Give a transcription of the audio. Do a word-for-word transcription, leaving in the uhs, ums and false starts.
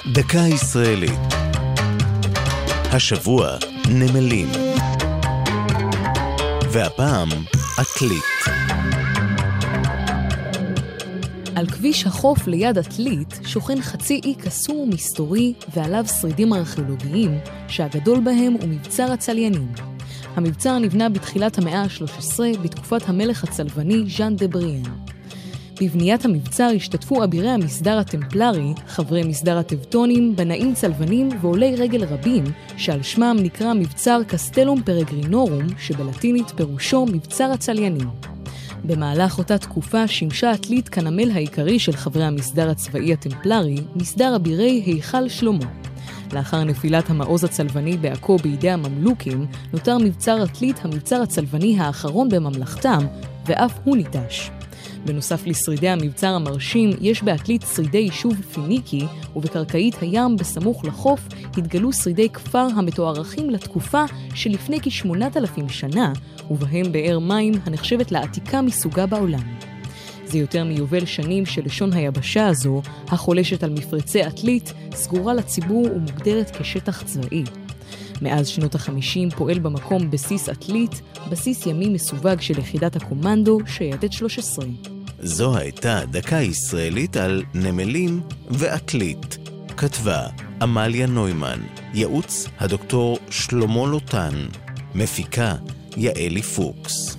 דקה ישראלית. השבוע נמלים. והפעם עתלית. על כביש החוף ליד עתלית שוכן חצי אי קסום מסתורי ועליו שרידים ארכיאולוגיים שהגדול בהם הוא מבצר הצליינים. המבצר נבנה בתחילת המאה ה-שלוש עשרה בתקופת המלך הצלבני ז'אן דה בריאן. בבניית המבצר השתתפו אבירי המסדר הטמפלרי, חברי מסדר הטבטונים, בנאים צלבנים ועולי רגל רבים, שעל שמם נקרא מבצר קסטלום פרגרינורום, שבלטינית פירושו מבצר הצליינים. במהלך אותה תקופה שימשה עתלית כנמל העיקרי של חברי המסדר הצבאי הטמפלרי, מסדר אבירי היכל שלמה. לאחר נפילת המעוז הצלבני בעכו בידי הממלוכים, נותר מבצר עתלית המבצר הצלבני האחרון בממלכתם, ואף הוא ניטש. בנוסף לשרידי המבצר המרשים, יש בעתלית שרידי יישוב פיניקי, ובקרקעית הים בסמוך לחוף התגלו שרידי כפר המתוארכים לתקופה שלפני כשמונת אלפים שנה, ובהם באר מים הנחשבת לעתיקה מסוגה בעולם. זה יותר מיובל שנים שלשון היבשה הזו, החולשת על מפרצי עתלית, סגורה לציבור ומוגדרת כשטח צבאי. מאז שנות ה-חמישים פועל במקום בסיס עתלית, בסיס ימי מסווג של יחידת הקומנדו שייטת שלוש עשרה. זו הייתה דקה ישראלית על נמלים ועתלית. כתבה אמליה נוימן, ייעוץ הדוקטור שלמה לוטן, מפיקה יעלי פוקס.